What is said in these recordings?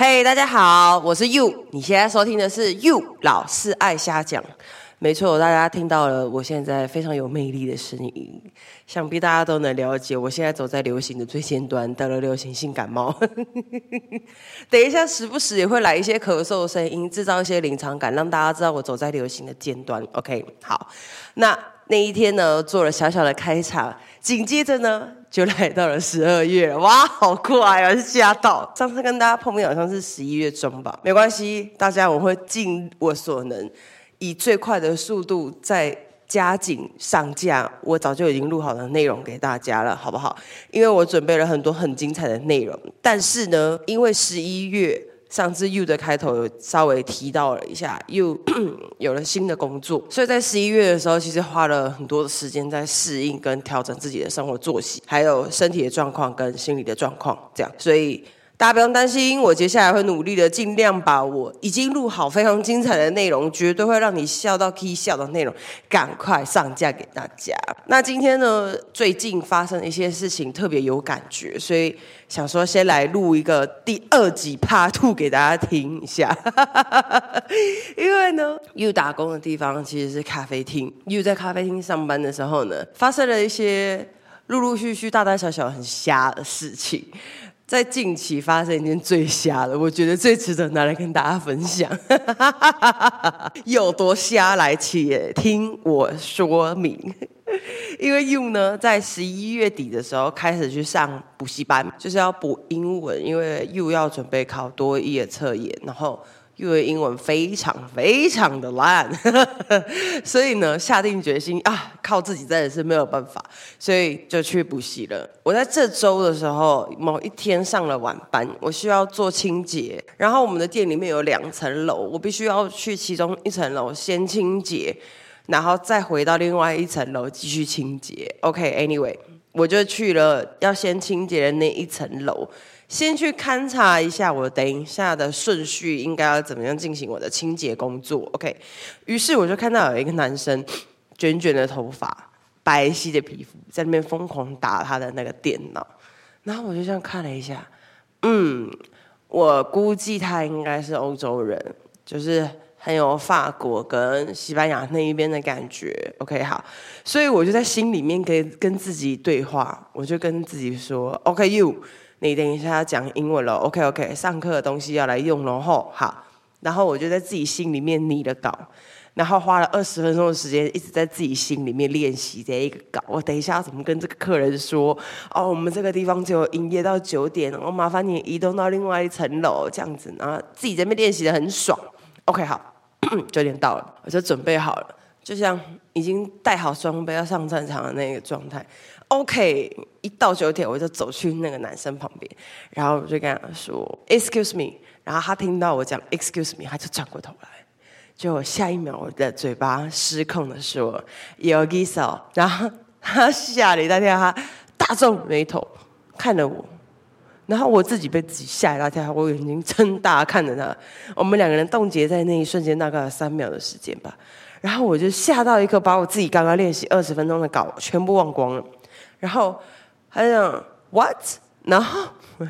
嘿，大家好，我是 You， 你现在收听的是 You 老是爱瞎讲。没错，大家听到了我现在非常有魅力的声音，想必大家都能了解，我现在走在流行的最尖端，得了流行性感冒。等一下，时不时也会来一些咳嗽的声音，制造一些临场感，让大家知道我走在流行的尖端。OK， 好，那一天呢，做了小小的开场，紧接着呢，就来到了12月了，哇，好快啊，吓到！上次跟大家碰面好像是11月中吧，没关系，大家我会尽我所能。以最快的速度再加紧上架我早就已经录好的内容给大家了，好不好？因为我准备了很多很精彩的内容，但是呢，因为11月上次 You 的开头有稍微提到了一下 You 有了新的工作，所以在11月的时候，其实花了很多的时间在适应跟调整自己的生活作息，还有身体的状况跟心理的状况，这样，所以大家不用担心，我接下来会努力的尽量把我已经录好非常精彩的内容，绝对会让你笑到可以笑的内容，赶快上架给大家。那今天呢，最近发生的一些事情特别有感觉，所以想说先来录一个第2集 Part 2给大家听一下。因为呢 ，You 打工的地方其实是咖啡厅 ，You 在咖啡厅上班的时候呢，发生了一些陆陆续续大大小小很瞎的事情。在近期发生一件最瞎的，我觉得最值得拿来跟大家分享。有多瞎来且听我说明。因为 You 呢，在11月底的时候开始去上补习班，就是要补英文，因为 You 要准备考多益的测验，然后You 的英文非常非常的烂，所以呢，下定决心啊，靠自己真的是没有办法，所以就去补习了。我在这周的时候，某一天上了晚班，我需要做清洁，然后我们的店里面有2层楼，我必须要去其中1层楼先清洁，然后再回到另外1层楼继续清洁。OK，anyway，我就去了要先清洁的那1层楼。先去勘察一下我等一下的顺序应该要怎么样进行我的清洁工作 OK， 于是我就看到有一个男生卷卷的头发白皙的皮肤在那边疯狂打他的那个电脑，然后我就这样看了一下，我估计他应该是欧洲人，就是很有法国跟西班牙那一边的感觉 OK， 好，所以我就在心里面跟自己对话，我就跟自己说 OK You，你等一下要讲英文了 ，OK， 上课的东西要来用了吼，好，然后我就在自己心里面拟了稿，然后花了20分钟的时间，一直在自己心里面练习这一个稿。我等一下要怎么跟这个客人说？哦，我们这个地方只有营业到9点，我麻烦你移动到另外1层楼，这样子，然后自己在那边练习的很爽。OK， 好，9点到了，我就准备好了，就像已经带好装备要上战场的那个状态。OK， 一到9点我就走去那个男生旁边，然后我就跟他说 Excuse me， 然后他听到我讲 Excuse me， 他就转过头来，就下一秒我的嘴巴失控的说 Yogiso， 然后他吓了一大跳，他大皱眉头看了我，然后我自己被自己吓一大跳，我眼睛睁大看着他，我们2个人冻结在那一瞬间大概有3秒的时间吧，然后我就吓到一刻，把我自己刚刚练习20分钟的稿全部忘光了。然后他就讲 What？ 然后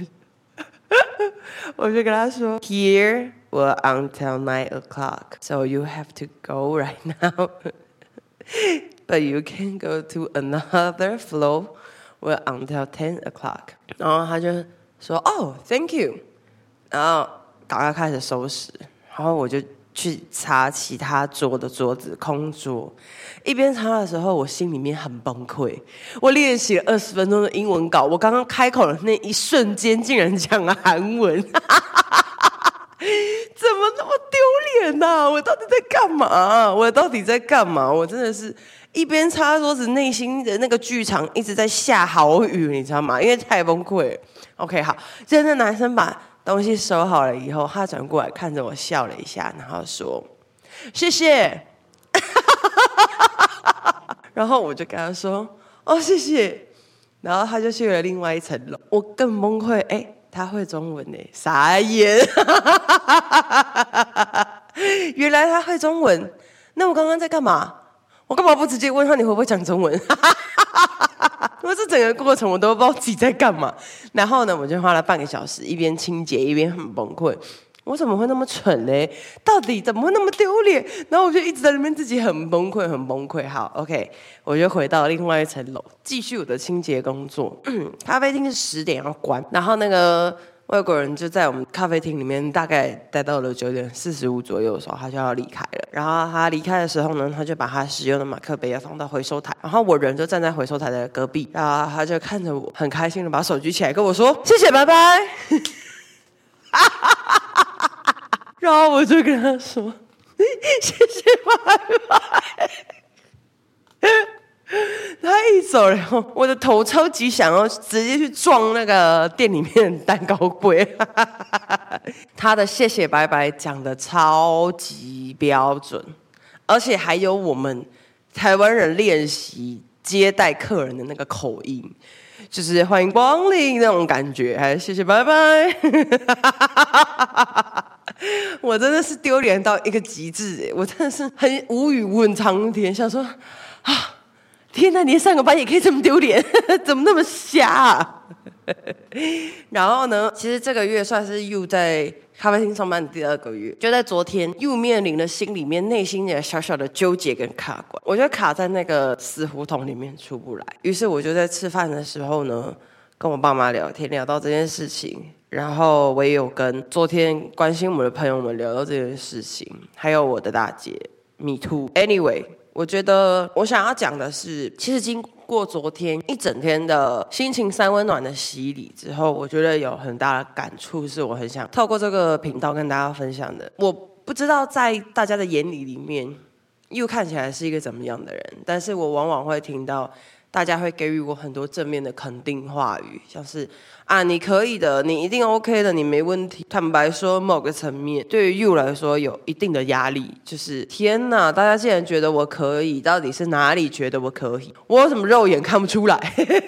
我就跟他说 Here we're until 9 o'clock, so you have to go right now. But you can go to another floor. We're until 10 o'clock. 然后他就说 Oh, thank you. 然后赶快开始收拾，然后我就去擦其他桌的桌子，空桌。一边擦的时候，我心里面很崩溃。我练习了20分钟的英文稿，我刚刚开口的那一瞬间，竟然讲了韩文，怎么那么丢脸啊？我到底在干嘛？我真的是一边擦桌子，内心的那个剧场一直在下豪雨，你知道吗？因为太崩溃了。OK， 好，现在男生把东西收好了以后，他转过来看着我笑了一下，然后说谢谢。然后我就跟他说哦谢谢，然后他就去了另外1层楼，我更崩溃，他会中文耶，傻眼。原来他会中文，那我刚刚在干嘛？我干嘛不直接问他你会不会讲中文？ 我这整个过程我都不知道自己在干嘛。然后呢，我就花了半个小时，一边清洁一边很崩溃。我怎么会那么蠢嘞？到底怎么会那么丢脸？然后我就一直在那边自己很崩溃，很崩溃。好 ，OK， 我就回到另外一层楼，继续我的清洁工作。咖啡厅是10点要关，然后那个外国人就在我们咖啡厅里面大概待到了9:45左右的时候，他就要离开了。然后他离开的时候呢，他就把他使用的马克杯放到回收台，然后我人就站在回收台的隔壁，然后他就看着我，很开心的把手举起来跟我说：“谢谢，拜拜。”然后我就跟他说：“谢谢，拜拜。”他一走，然后我的头超级想要直接去撞那个店里面的蛋糕柜。他的谢谢拜拜讲的超级标准，而且还有我们台湾人练习接待客人的那个口音，就是欢迎光临那种感觉，还谢谢拜拜。我真的是丢脸到一个极致，我真的是很无语问苍天，想说啊，天哪，连上个班也可以这么丢脸，怎么那么瞎啊？然后呢，其实这个月算是 You 在咖啡厅上班的第2个月，就在昨天 You 面临了心里面内心的小小的纠结跟卡关，我就卡在那个死胡同里面出不来。于是我就在吃饭的时候呢，跟我爸妈聊天，聊到这件事情。然后我也有跟昨天关心我们的朋友们聊到这件事情，还有我的大姐 Me Too。Anyway， 我觉得我想要讲的是，其实经过昨天一整天的心情3温暖的洗礼之后，我觉得有很大的感触，是我很想透过这个频道跟大家分享的。我不知道在大家的眼里面，又看起来是一个怎么样的人，但是我往往会听到大家会给予我很多正面的肯定话语，像是啊，你可以的，你一定 OK 的，你没问题。坦白说，某个层面对于 You 来说有一定的压力，就是天哪，大家竟然觉得我可以，到底是哪里觉得我可以？我有什么肉眼看不出来？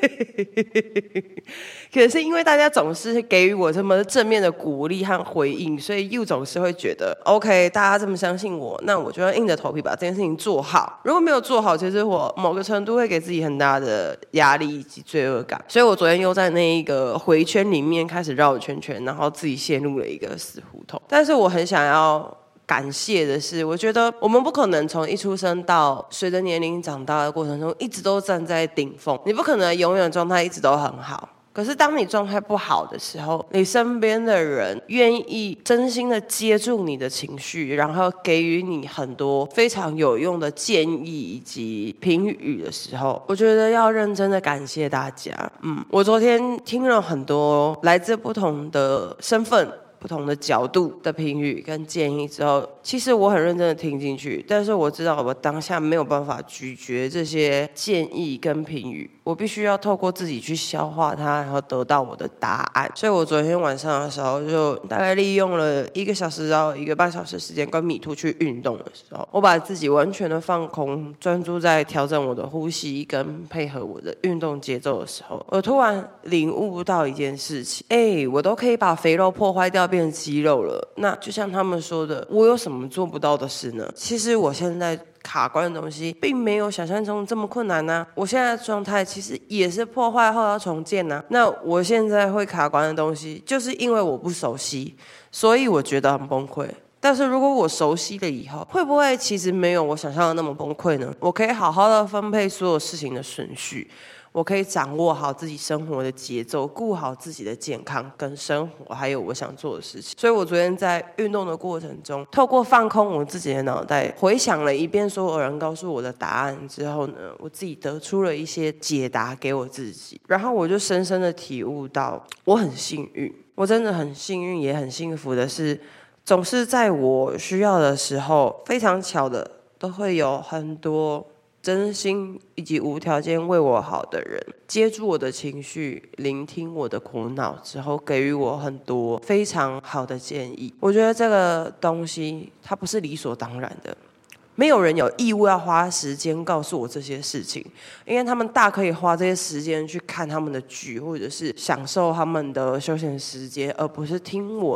可是因为大家总是给予我这么正面的鼓励和回应，所以 You 总是会觉得 OK， 大家这么相信我，那我就要硬着头皮把这件事情做好。如果没有做好，其实我某个程度会给自己很大的压力以及罪恶感。所以我昨天又在那一个回圈里面开始绕圈圈，然后自己陷入了一个死胡同。但是我很想要感谢的是，我觉得我们不可能从一出生到随着年龄长大的过程中一直都站在顶峰，你不可能永远状态一直都很好。可是当你状态不好的时候，你身边的人愿意真心的接住你的情绪，然后给予你很多非常有用的建议以及评语的时候，我觉得要认真的感谢大家。我昨天听了很多来自不同的身份不同的角度的评语跟建议之后，其实我很认真的听进去，但是我知道我当下没有办法咀嚼这些建议跟评语，我必须要透过自己去消化它，然后得到我的答案。所以我昨天晚上的时候，就大概利用了1个小时到1个半小时时间跟米兔去运动的时候，我把自己完全的放空，专注在调整我的呼吸跟配合我的运动节奏的时候，我突然领悟到一件事情，我都可以把肥肉破坏掉变肌肉了，那就像他们说的，我有什么做不到的事呢？其实我现在卡关的东西并没有想象中这么困难啊，我现在的状态其实也是破坏后要重建啊。那我现在会卡关的东西，就是因为我不熟悉，所以我觉得很崩溃。但是如果我熟悉了以后，会不会其实没有我想象的那么崩溃呢？我可以好好的分配所有事情的顺序，我可以掌握好自己生活的节奏，顾好自己的健康跟生活，还有我想做的事情。所以我昨天在运动的过程中，透过放空我自己的脑袋，回想了一遍所有人告诉我的答案之后呢，我自己得出了一些解答给我自己，然后我就深深的体悟到，我很幸运，我真的很幸运，也很幸福的是，总是在我需要的时候，非常巧的都会有很多真心以及无条件为我好的人，接住我的情绪，聆听我的苦恼之后，给予我很多非常好的建议。我觉得这个东西它不是理所当然的，没有人有义务要花时间告诉我这些事情，因为他们大可以花这些时间去看他们的剧，或者是享受他们的休闲时间，而不是听我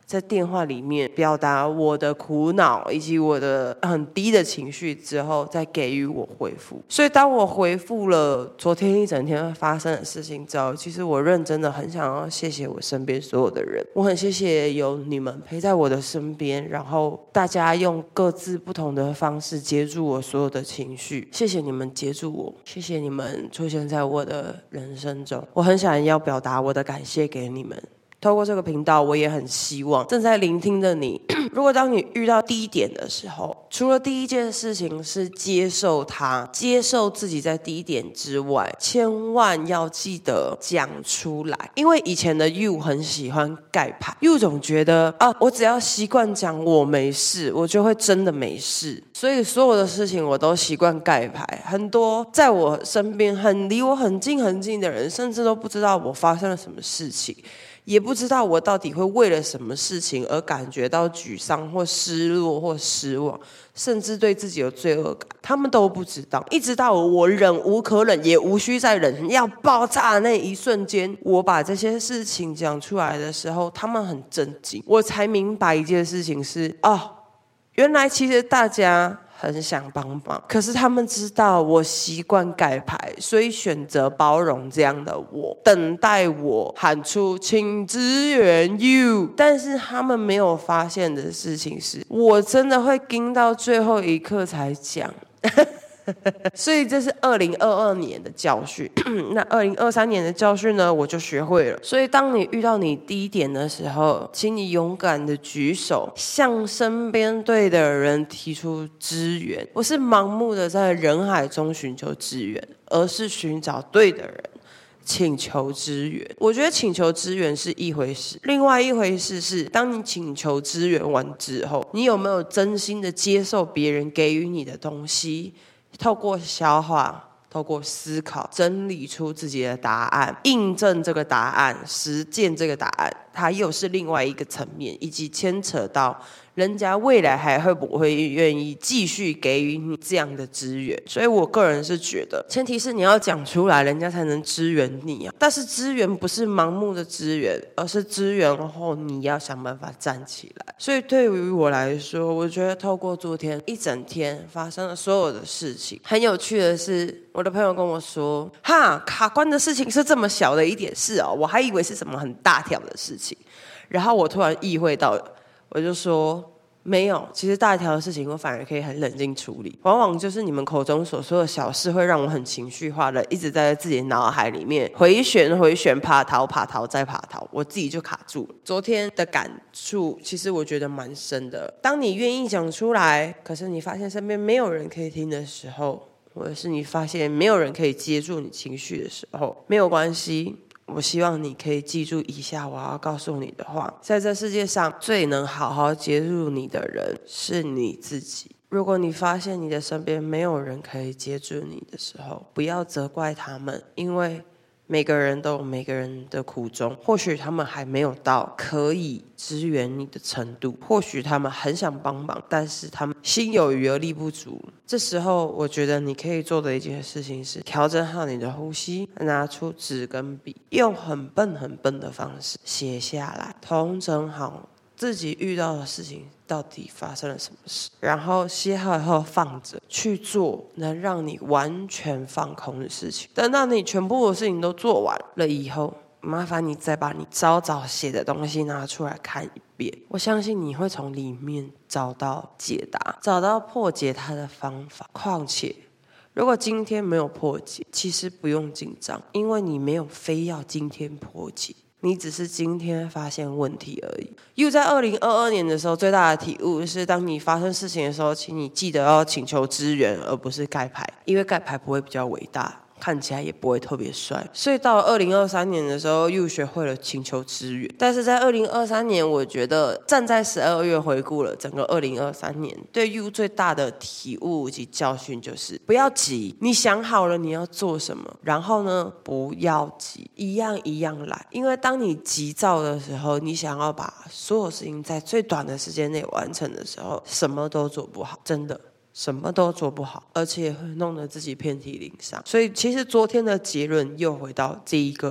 在电话里面表达我的苦恼以及我的很低的情绪之后，再给予我回复。所以当我回复了昨天一整天发生的事情之后，其实我认真的很想要谢谢我身边所有的人，我很谢谢有你们陪在我的身边，然后大家用各自不同的方式接住我所有的情绪，谢谢你们接住我，谢谢你们出现在我的人生中，我很想要表达我的感谢给你们。透过这个频道，我也很希望正在聆听的你，如果当你遇到低点的时候，除了第一件事情是接受它，接受自己在低点之外，千万要记得讲出来。因为以前的 you 很喜欢盖牌 ，you 总觉得我只要习惯讲我没事，我就会真的没事。所以所有的事情我都习惯盖牌。很多在我身边离我很近很近的人，甚至都不知道我发生了什么事情。也不知道我到底会为了什么事情而感觉到沮丧或失落或失望，甚至对自己有罪恶感，他们都不知道。一直到我忍无可忍，也无需再忍，要爆炸的那一瞬间，我把这些事情讲出来的时候，他们很震惊，我才明白一件事情是原来其实大家很想帮忙，可是他们知道我习惯盖牌，所以选择包容这样的我，等待我喊出请支援 you。 但是他们没有发现的事情是，我真的会盯到最后一刻才讲所以这是2022年的教训那2023年的教训呢，我就学会了。所以当你遇到你低点的时候，请你勇敢的举手，向身边对的人提出支援，不是盲目的在人海中寻求支援，而是寻找对的人请求支援。我觉得请求支援是一回事，另外一回事是，当你请求支援完之后，你有没有真心的接受别人给予你的东西，透过消化，透过思考，整理出自己的答案，印证这个答案，实践这个答案，它又是另外一个层面，以及牵扯到人家未来还会不会愿意继续给予你这样的资源。所以我个人是觉得，前提是你要讲出来，人家才能支援你啊。但是支援不是盲目的支援，而是支援后你要想办法站起来。所以对于我来说，我觉得透过昨天一整天发生的所有的事情，很有趣的是，我的朋友跟我说，卡关的事情是这么小的一点事哦，我还以为是什么很大条的事情。然后我突然意会到了，我就说没有，其实大条的事情我反而可以很冷静处理，往往就是你们口中所说的小事会让我很情绪化的，一直在自己的脑海里面回旋，爬逃再爬逃，我自己就卡住了。昨天的感触其实我觉得蛮深的，当你愿意讲出来，可是你发现身边没有人可以听的时候，或者是你发现没有人可以接住你情绪的时候，没有关系，我希望你可以记住以下我要告诉你的话，在这世界上最能好好接住你的人是你自己。如果你发现你的身边没有人可以接住你的时候，不要责怪他们，因为每个人都有每个人的苦衷，或许他们还没有到可以支援你的程度，或许他们很想帮忙，但是他们心有余而力不足。这时候我觉得你可以做的一件事情是调整好你的呼吸，拿出纸跟笔，用很笨的方式写下来，统整好自己遇到的事情到底发生了什么事，然后写好以后放着去做能让你完全放空的事情。等到你全部的事情都做完了以后，麻烦你再把你早写的东西拿出来看一遍，我相信你会从里面找到解答，找到破解它的方法。况且如果今天没有破解，其实不用紧张，因为你没有非要今天破解，你只是今天发现问题而已。又在2022年的时候，最大的体悟是，当你发生事情的时候，请你记得要请求支援，而不是盖牌，因为盖牌不会比较伟大，看起来也不会特别帅。所以到了2023年的时候，又学会了请求支援。但是在2023年，我觉得站在12月回顾了整个2023年，对 You 最大的体悟以及教训就是不要急，你想好了你要做什么，然后呢不要急，一样一样来。因为当你急躁的时候，你想要把所有事情在最短的时间内完成的时候，什么都做不好，真的什么都做不好，而且会弄得自己遍体鳞伤。所以其实昨天的结论又回到这一个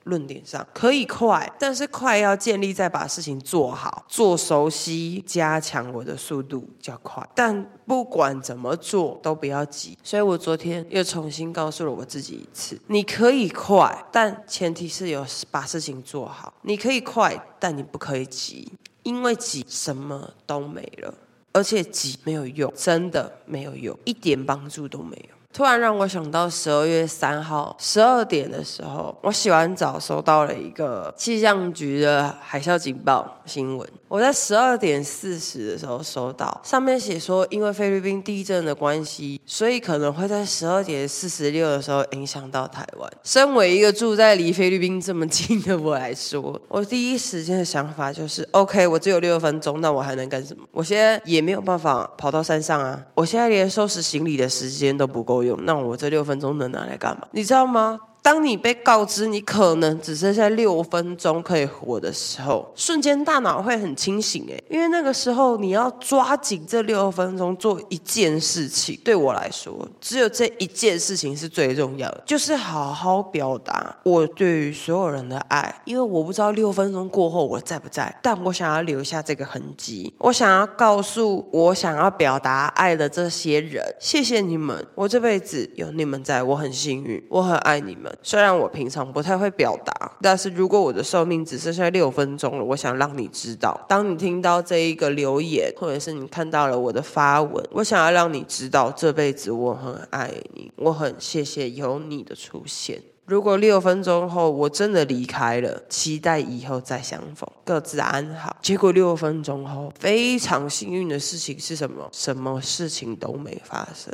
论点上可以快，但是快要建立在把事情做好、做熟悉，加强我的速度较快。但不管怎么做都不要急，所以我昨天又重新告诉了我自己一次：你可以快，但前提是有把事情做好。你可以快，但你不可以急，因为急什么都没了，而且急没有用，真的没有用，一点帮助都没有。突然让我想到12月3号12点的时候，我洗完澡收到了一个气象局的海啸警报新闻。我在12点40的时候收到，上面写说因为菲律宾地震的关系，所以可能会在12点46的时候影响到台湾。身为一个住在离菲律宾这么近的我来说，我第一时间的想法就是 OK， 我只有6分钟，那我还能干什么？我现在也没有办法跑到山上啊，我现在连收拾行李的时间都不够用，那我这6分钟能拿来干嘛？你知道吗？当你被告知你可能只剩下6分钟可以活的时候，瞬间大脑会很清醒因为那个时候你要抓紧这6分钟做一件事情。对我来说，只有这一件事情是最重要的，就是好好表达我对于所有人的爱。因为我不知道6分钟过后我在不在，但我想要留下这个痕迹，我想要告诉我想要表达爱的这些人，谢谢你们，我这辈子有你们在，我很幸运，我很爱你们。虽然我平常不太会表达，但是如果我的寿命只剩下6分钟了，我想让你知道，当你听到这一个留言，或者是你看到了我的发文，我想要让你知道，这辈子我很爱你，我很谢谢有你的出现。如果6分钟后我真的离开了，期待以后再相逢，各自安好。结果6分钟后，非常幸运的事情是什么？什么事情都没发生。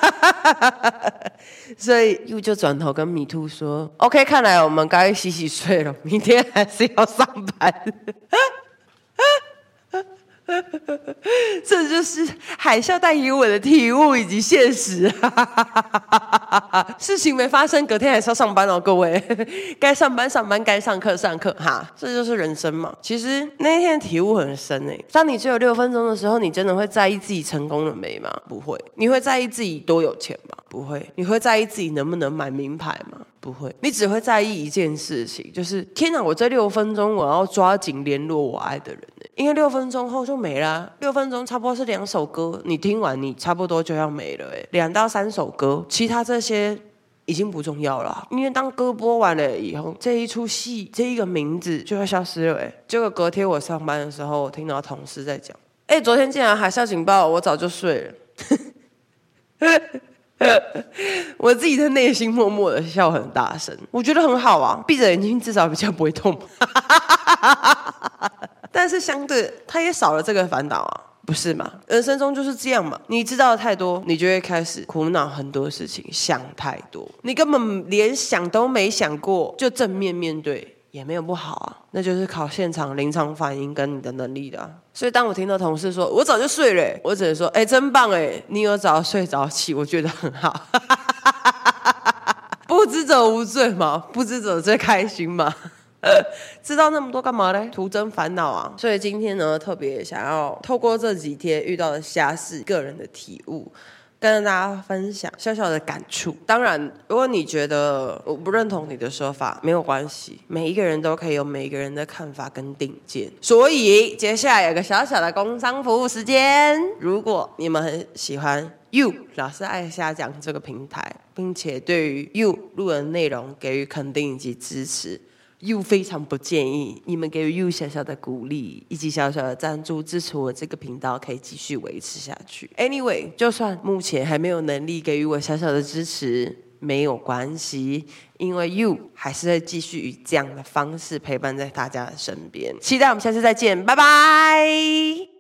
所以又就转头跟米兔说 ：“OK， 看来我们该洗洗睡了，明天还是要上班。”这就是海啸带给我的体悟以及现实。事情没发生，隔天还是要上班哦，各位。该上班上班，该上课上课哈，这就是人生嘛。其实那一天体悟很深当你只有6分钟的时候，你真的会在意自己成功了没吗？不会。你会在意自己多有钱吗？不会。你会在意自己能不能买名牌吗？不会。你只会在意一件事情，就是天哪，我这6分钟我要抓紧联络我爱的人因为6分钟后就没了6分钟差不多是2首歌，你听完你差不多就要没了2到3首歌，其他这些已经不重要了因为当歌播完了以后，这一出戏这一个名字就会消失了结果隔天我上班的时候，我听到同事在讲昨天竟然海啸警报，我早就睡了。我自己在内心默默的笑很大声，我觉得很好啊，闭着眼睛至少比较不会痛。但是相对他也少了这个烦恼啊，不是吗？人生中就是这样嘛，你知道太多，你就会开始苦恼很多事情，想太多，你根本连想都没想过，就正面面对也没有不好啊，那就是靠现场临场反应跟你的能力的所以当我听到同事说我早就睡了我只能说真棒你有早睡早起，我觉得很好。不知者无罪嘛，不知者最开心嘛。知道那么多干嘛呢？徒增烦恼啊！所以今天呢，特别想要透过这几天遇到的瞎事，个人的体悟，跟大家分享小小的感触。当然，如果你觉得我不认同你的说法，没有关系，每一个人都可以有每一个人的看法跟定见。所以接下来有个小小的工商服务时间，如果你们很喜欢 You 老师爱瞎讲这个平台，并且对于 You 录的内容给予肯定以及支持，You 非常不建议你们给予 You 小小的鼓励以及小小的赞助，支持我这个频道可以继续维持下去。Anyway， 就算目前还没有能力给予我小小的支持，没有关系，因为 You 还是会继续以这样的方式陪伴在大家的身边。期待我们下次再见，拜拜。